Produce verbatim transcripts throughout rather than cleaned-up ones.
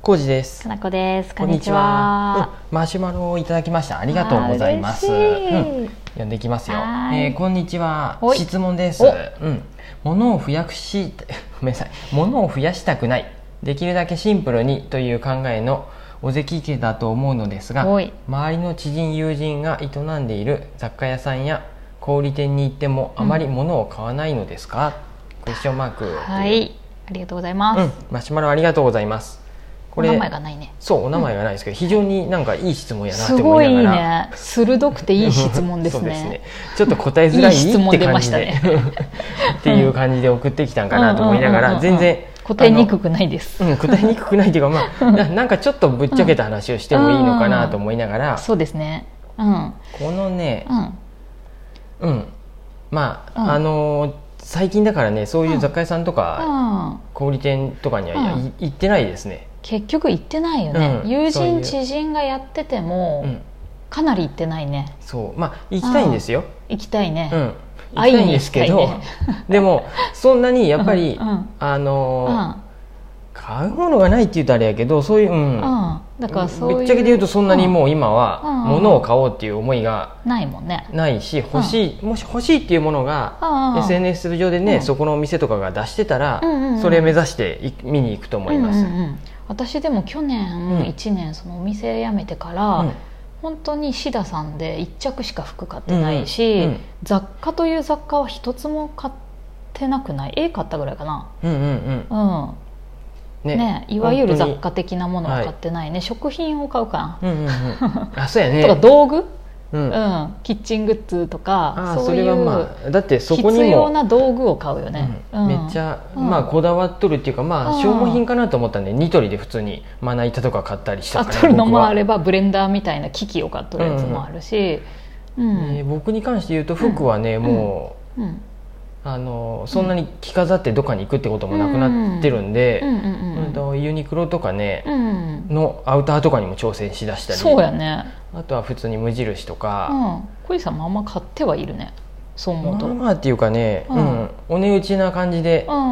コウジです。 かなこです。こんにちは。 うん、マシュマロをいただきました。ありがとうございます。うん、読んでいきますよ。えー、こんにちは。質問です。うん、物を増やしごめんなさい。物を増やしたくない。できるだけシンプルにという考えの尾関家だと思うのですが、周りの知人友人が営んでいる雑貨屋さんや小売店に行ってもあまり物を買わないのですか？クエスチョンマーク。 はい。ありがとうございます。 うん、マシュマロありがとうございます。 これお名前がないね。 そう、お名前がないですけど、うん、非常になんかいい質問やなって思いながら。 すごいね。鋭くていい質問ですね。そうですね。 ちょっと答えづらいいい質問って出ま感じでしたね。 っていう感じで送ってきたんかなと思いながら、全然答えにくくないです。 うん、答えにくくないっていうか、まあな, なんかちょっとぶっちゃけた話をしてもいいのかなと思いながら、うん、 そうですね。うん、 このね、 うん、 うん、まあ、うん、あのー。最近だからね、そういう雑貨屋さんとか、うん、小売店とかには、うん、行ってないですね。 結局行ってないよね、うん、友人知人がやってても、うん、かなり行ってないね。 そう、まあ行きたいんですよ。 行きたいね、 うん、行きたいんですけど、ね、でもそんなにやっぱり、うんうん、あのーうん、買うものがないって言うとあれやけど、そういう、うん、だからそういう、ぶっちゃけで言うとそんなにもう今は物を買おうっていう思いがないもんね。 ないし、欲しい、もし欲しいっていうものが エスエヌエス 上でね、そこのお店とかが出してたら、それを目指して見に行くと思います。うんうんうん、 私でも去年いちねんそのお店辞めてから、うん、本当にシダさんでいっ着しか服買ってないし、うんうん、雑貨という雑貨は一つも買ってなくない。絵買ったぐらいかな。うんうんうん、うんねね、いわゆる雑貨的なものは買ってないね、はい、食品を買うかな、うんうんうん、 あ、そうやね、 とか道具、うんうん、 キッチングッズとか、 あ、 そういう、 それはまあ、だってそこにも必要な道具を買うよね、 うん、めっちゃ、うん、まあ、こだわっとるっていうか、まあ、消耗品かなと思ったんで、ニトリで普通にまな板とか買ったりしたから、 買っとるのもあればブレンダーみたいな機器を買っとるやつもあるし、 うんうんうん、僕に関して言うと服はね、うん、もう、うん、あのそんなに着飾ってどっかに行くってこともなくなってるんで、ユニクロとかね、うん、のアウターとかにも挑戦しだしたり、 そうやね、 あとは普通に無印とか、 小井さんもあんま買ってはいるね、そう思うと。 まあまあっていうかね、うんうん、お値打ちな感じで、うん、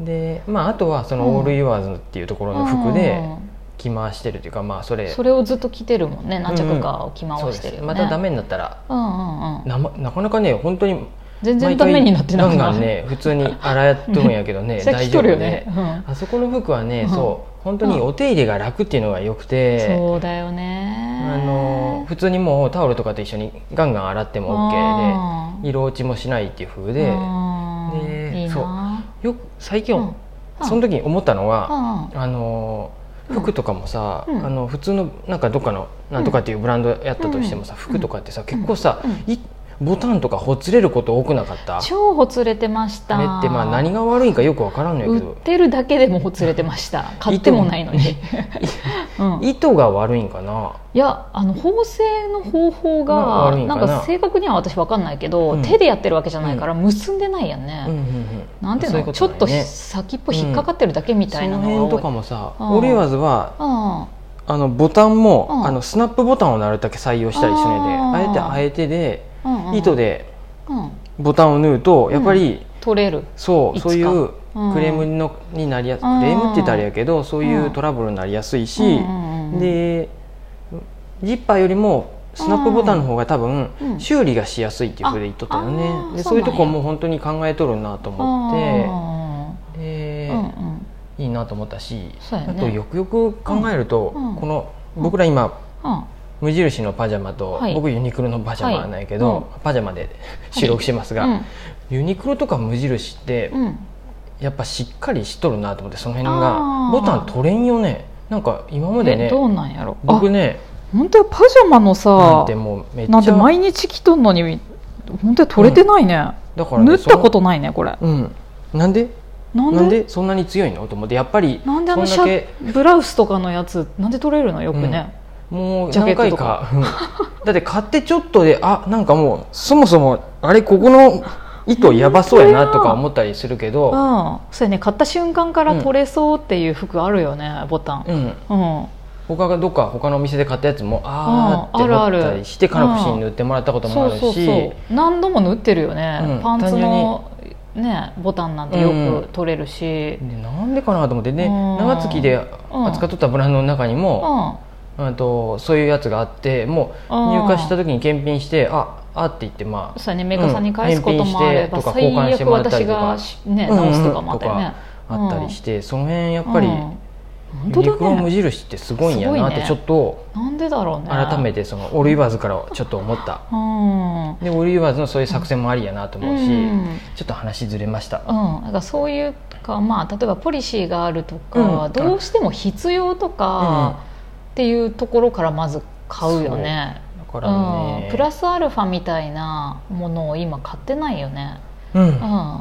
で、まあ、あとはそのオールユアーズっていうところの服で着回してるというか、まあ、それそれをずっと着てるもんね、何着かを着回してるよね、うん、 またダメになったら、うんうんうん、な, なかなかね本当に全然ダメになってなくない。 ガンガンね普通に洗っとるんやけどね大丈夫で、ね、うん、あそこの服はね、うん、そう本当にお手入れが楽っていうのが良くて、 うん、そうだよね、 あの普通にもうタオルとかと一緒にガンガン洗っても OK で色落ちもしないっていう風で、でいいな、そうよく最近、うん、その時に思ったのが、うん、あの服とかもさ、うん、あの普通のなんかどっかのなんとかっていうブランドやったとしてもさ、うん、服とかってさ結構さ、うん、いボタンとかほつれること多くなかった？ 超ほつれてました。 あれってまあ何が悪いんかよくわからんのやけど、 売ってるだけでもほつれてました買ってもないのにうん、糸が悪いんかな。 いや、あの縫製の方法がなんか正確には私わかんないけど、うん、手でやってるわけじゃないから結んでないやんね、うんうんうん、なんていうの、ういうね、ちょっと先っぽ引っかかってるだけみたいなのが多い、 うん、その辺とかもさ、オリワーズは、うん、あのボタンも、うん、あのスナップボタンをなるだけ採用したりしないで、あえてあえてで、うんうん、糸でボタンを縫うとやっぱり、うん、 取れる、 そうそういうクレームのになりやすい、うん、クレームって言ったらあれやけどそういうトラブルになりやすいし、うんうん、でジッパーよりもスナップボタンの方が多分修理がしやすいっていうふうで言っとったよね。でそういうとこも本当に考えとるなと思って、で、うんうん、いいなと思ったし、ね、あとよくよく考えると、うんうん、この僕ら今、うん無印のパジャマと、はい、僕ユニクロのパジャマはないけど、はいうん、パジャマで収録してますが、はいうん、ユニクロとか無印って、うん、やっぱしっかりしとるなと思って、その辺がボタン取れんよね。なんか今までね、 どうなんやろ、 僕ね本当にパジャマのさなんてもうめっちゃなんて毎日着とんのに本当に取れてないね、うん、だからね縫ったことないねこれ、うん、 なんでなんでなんでそんなに強いのと思って、やっぱりなんであのシャブラウスとかのやつなんで取れるのよくね、うんもう何回かだって買ってちょっとであなんかもうそもそもあれここの糸やばそうやなとか思ったりするけど、 うん、そうやね、買った瞬間から取れそうっていう服あるよね、うん、ボタン、うんうん、 他がどっか他のお店で買ったやつもあーって思ったりしてカラフシに塗ってもらったこともあるし、 そうそうそう何度も塗ってるよね、うん、パンツのね、ボタンなんてよく取れるし、 うん、でなんでかなと思ってね、 うん、 長月で扱っとったブランドの中にも、うん、とそういうやつがあって、もう入荷した時に検品してああって言って、まあそうね、メーカーさんに返すこともあれば、 うん、最悪私が、ね、直すとかもあってね、 うんうん、あったりして、その辺やっぱり、うん本当だね、 ユニクロ無印ってすごいんやなってちょっと、 ね、なんでだろうね、 改めてそのオールイワーズからちょっと思った、うん、でオールイワーズのそういう作戦もありやなと思うし、うん、ちょっと話ずれました、 うん、だからそういうか、まあ、例えばポリシーがあるとか、うん、どうしても必要とかっていうところからまず買うよね、 だからね、 うん、プラスアルファみたいなものを今買ってないよね、 うんうん、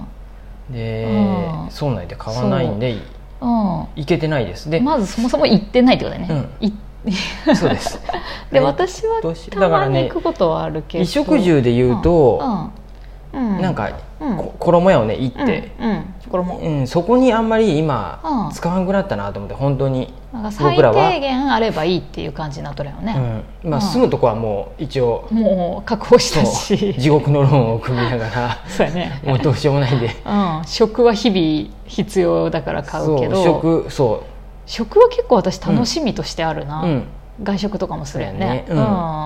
で、うん、そうないで買わないんでうん、いけてないです。でまずそもそも行ってないってことだね、 うん、そうですで私はたまに行くことはあるけど、 衣食住で言うと、うんうん、なんか、うん、衣屋をね行って、 うんうん衣うん、そこにあんまり今、うん、使わなくなったなと思って、本当になんか最低限あればいいっていう感じになっとるよね、 うんまあ、住むとこはもう一応もう確保したし、 地獄のローンを組みながらそうや、ね、 もうどうしようもないんで、 うん、食は日々必要だから買うけど、 そう食そう食は結構私楽しみとしてあるな、うん、外食とかもするよね、ね、 うんうん、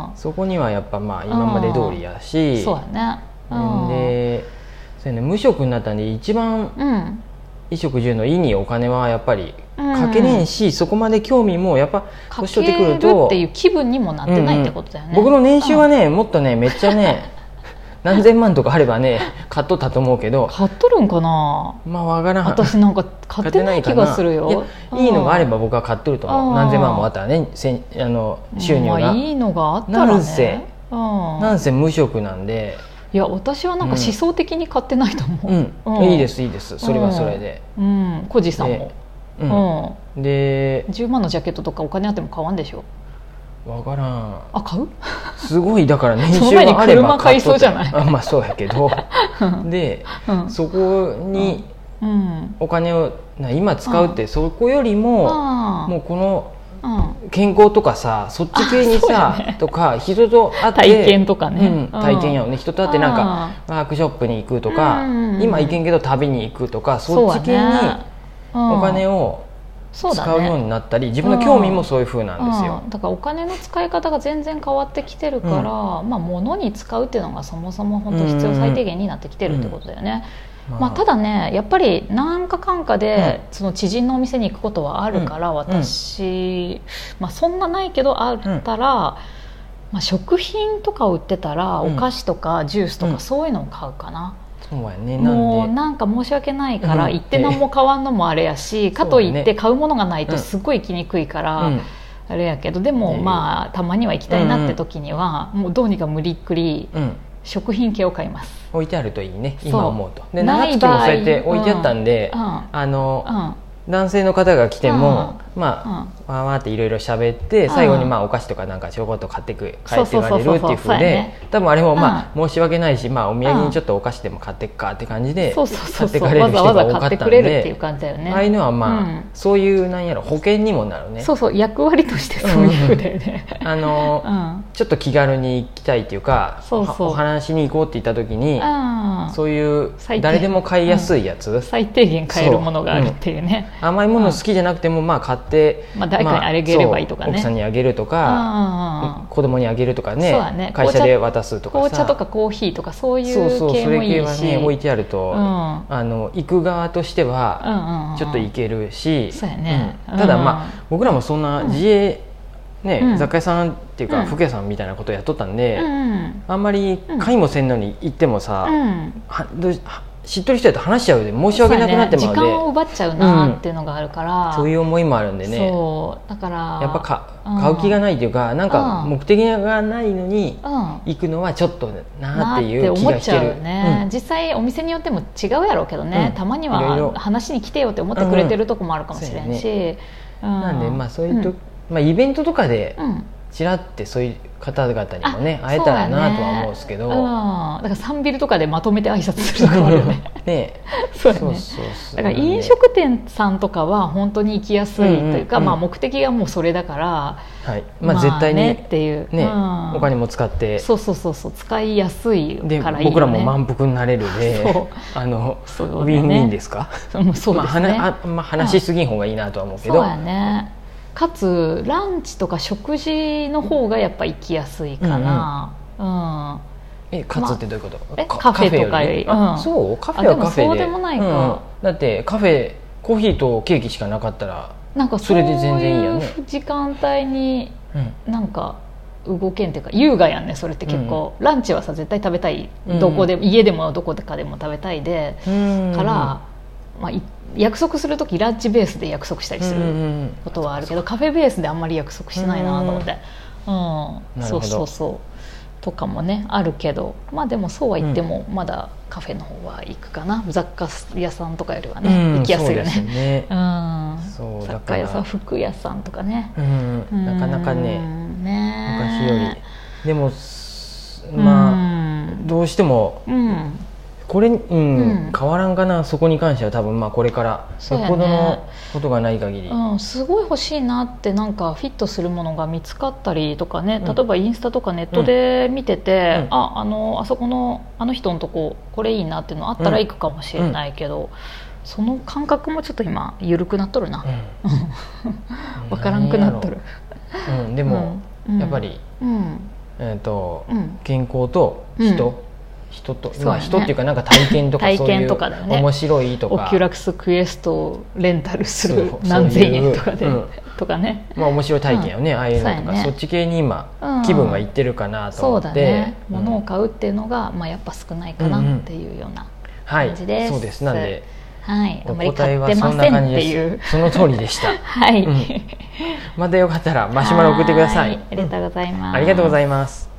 そこにはやっぱまあ今まで通りやし、 うん、そうやね、うん、 でそうやね、無職になったんで一番、うん衣食住の意にお金はやっぱりかけれんし、うん、そこまで興味もやっぱ年取ってくるとかけるっていう気分にもなってないってことだよね、 うんうん、僕の年収はね、うん、もっとねめっちゃね何千万とかあればね買っとったと思うけど、 買っとるんかな、 まあわからん、 私なんか買ってない気がするよ。 いやいいのがあれば僕は買っとると思う、何千万もあったらね、せあの収入が、 まあ、いいのがあったらね、 なんせなんせ無職なんで、 いや私はなんか思想的に買ってないと思う、 うんうん、いいですいいです、それはそれで、 うん、小路さんも、 うん、でじゅうまんのジャケットとかお金あっても買わんでしょ。 分からん、 あ買うすごいだから年収があれば買いそうじゃないあまあそうやけどで、うん、そこにお金を今使うって、うん、そこよりも、うん、もうこの健康とかさ、そっち系にさ、ね、とか人と会って体験とかね、 うん、体験やよね、人と会ってなんかワークショップに行くとか、今行けんけど旅に行くとか、そっち系にお金を使うようになったり、自分の興味もそういう風なんですよ、 うん、だからお金の使い方が全然変わってきてるから、うん、まあ物に使うっていうのがそもそも本当必要最低限になってきてるってことだよね、うんまあ、ただねやっぱり何かかんかで、うん、その知人のお店に行くことはあるから、うん、私、まあ、そんなないけどあったら、うんまあ、食品とかを売ってたら、うん、お菓子とかジュースとかそういうのを買うかな、 そうやね、 もうなんか申し訳ないから、うん、行って何も買わんのもあれやし、かといって買うものがないとすごい行きにくいから、うん、あれやけどでも、まあたまには行きたいなって時には、うん、もうどうにか無理っくり、うん食品系を買います。 置いてあるといいね、今思うと。で長月もそうやって置いてあったんで、うんうん、あの、うん、男性の方が来ても、うん、まあ、うん、わーわーっていろいろ喋って最後にまあお菓子とかなんかちょこっと買ってく帰って言われるっていう風で、多分あれもまあ申し訳ないし、まあお土産にちょっとお菓子でも買ってくかって感じで買ってかれる人が多かったんで、ああいうのはまあ、うん、そういうなんやろ保険にもなるね。 そうそう役割としてそういう風だよね。 あの、うん、ちょっと気軽に行きたいっていうか、そうそうお話に行こうって言った時に、そういう誰でも買いやすいやつ、 うん、最低限買えるものがあるっていうね。 うん、甘いもの好きじゃなくてもまあ買って、 まあ、誰かにあげればいいとかね、 奥さんにあげるとか子供にあげるとか ね, ね会社で渡すとかさ、 紅茶とかコーヒーとかそういう系もいいし、そうそうそれ系はね置いてあると、うん、あの行く側としてはちょっと行けるし、 そうやね、 うん、ただまあ僕らもそんな自営、ねうん、雑貨屋さんっていうか、うん、服屋さんみたいなことをやっとったんで、うん、あんまり買いもせんのに行ってもさ、うん、はどう知っとる人だと話しちゃうで申し訳なくなってまうで、 ね、時間を奪っちゃうなっていうのがあるから、うん、 そういう思いもあるんでね、 そうだからやっぱか、うん、買う気がないというか、なんか目的がないのに行くのはちょっとなっていう気がしてる、 ねうん、実際お店によっても違うやろうけどね、うん、たまには話に来てよって思ってくれてるとこもあるかもしれんし、うんねうん、 なんでまあそういうと、うんまあ、イベントとかでちらってそういう方々にもね会えたらなとは思うんですけど、 うん、だからサンビルとかでまとめて挨拶するとかあるよねねそうだね。 そうそうそうだから飲食店さんとかは本当に行きやすいというか、 うんうんうん、 まあ、目的がもうそれだから、 はい、まあ、絶対に、 まあねっていう、 ね、 うん、 お金も使ってそうそうそうそう使いやすいからいいよね。 で僕らも満腹になれるで、 そうあのそうだね、 ウィンウィンですか。 そうですね、 まあ、はなあまあ、話しすぎん方がいいなとは思うけど、 そうやね。かつランチとか食事の方がやっぱ行きやすいかな、うんうん、 えカツってどういうこと、 まあ、えカフェとかより、 カフェより、うん、そうカフェはカフェで、 でもそうでもないか、うん、 だってカフェコーヒーとケーキしかなかったらなんかそれで全然いいよね。 そういう時間帯になんか動けんっていうか優雅やんねそれって結構、うん、ランチはさ絶対食べたい、どこでも、うん、家でもどこかでも食べたいで、うん、から、まあ、約束するときランチベースで約束したりすることはあるけど、うん、カフェベースであんまり約束してないなと思って、うん、そうそうそうとかもねあるけど、まあでもそうは言ってもまだカフェの方は行くかな、雑貨屋さんとかよりはね、うん、行きやすいよね。そうですね、うん、そう雑貨屋さん服屋さんとかね、 うん、なかなかね、ね昔よりでもまあ、うん、どうしても、うんこれ、うんうん、変わらんかな、そこに関しては多分まあこれからよっぽどのことがない限り、 うん、すごい欲しいなってなんかフィットするものが見つかったりとかね、例えばインスタとかネットで見てて、うん、あ, あのあそこのあの人のとここれいいなっていうのあったら行くかもしれないけど、うんうん、その感覚もちょっと今緩くなっとるな、うん、分からんくなっとる、 うん、でも、うん、やっぱり、うんえーとうん、健康と人、うん人と、ねまあ、人っていうかなんか体験とかそういう面白いとか、 オキュラクスクエストをレンタルする何千円とかで、うん、とかね、 まあ面白い体験よね、うん、ああいうのとか そ,、ね、そっち系に今、うん、気分がいってるかなと思って、そうだね、 うん、物を買うっていうのが、まあ、やっぱ少ないかなっていうような感じです、 はい、そうですなんで、 はい、あまり買ってませんっていうその通りでしたはい、 うん、またよかったらマシュマロ送ってください。 ありがとうございます。 ありがとうございます。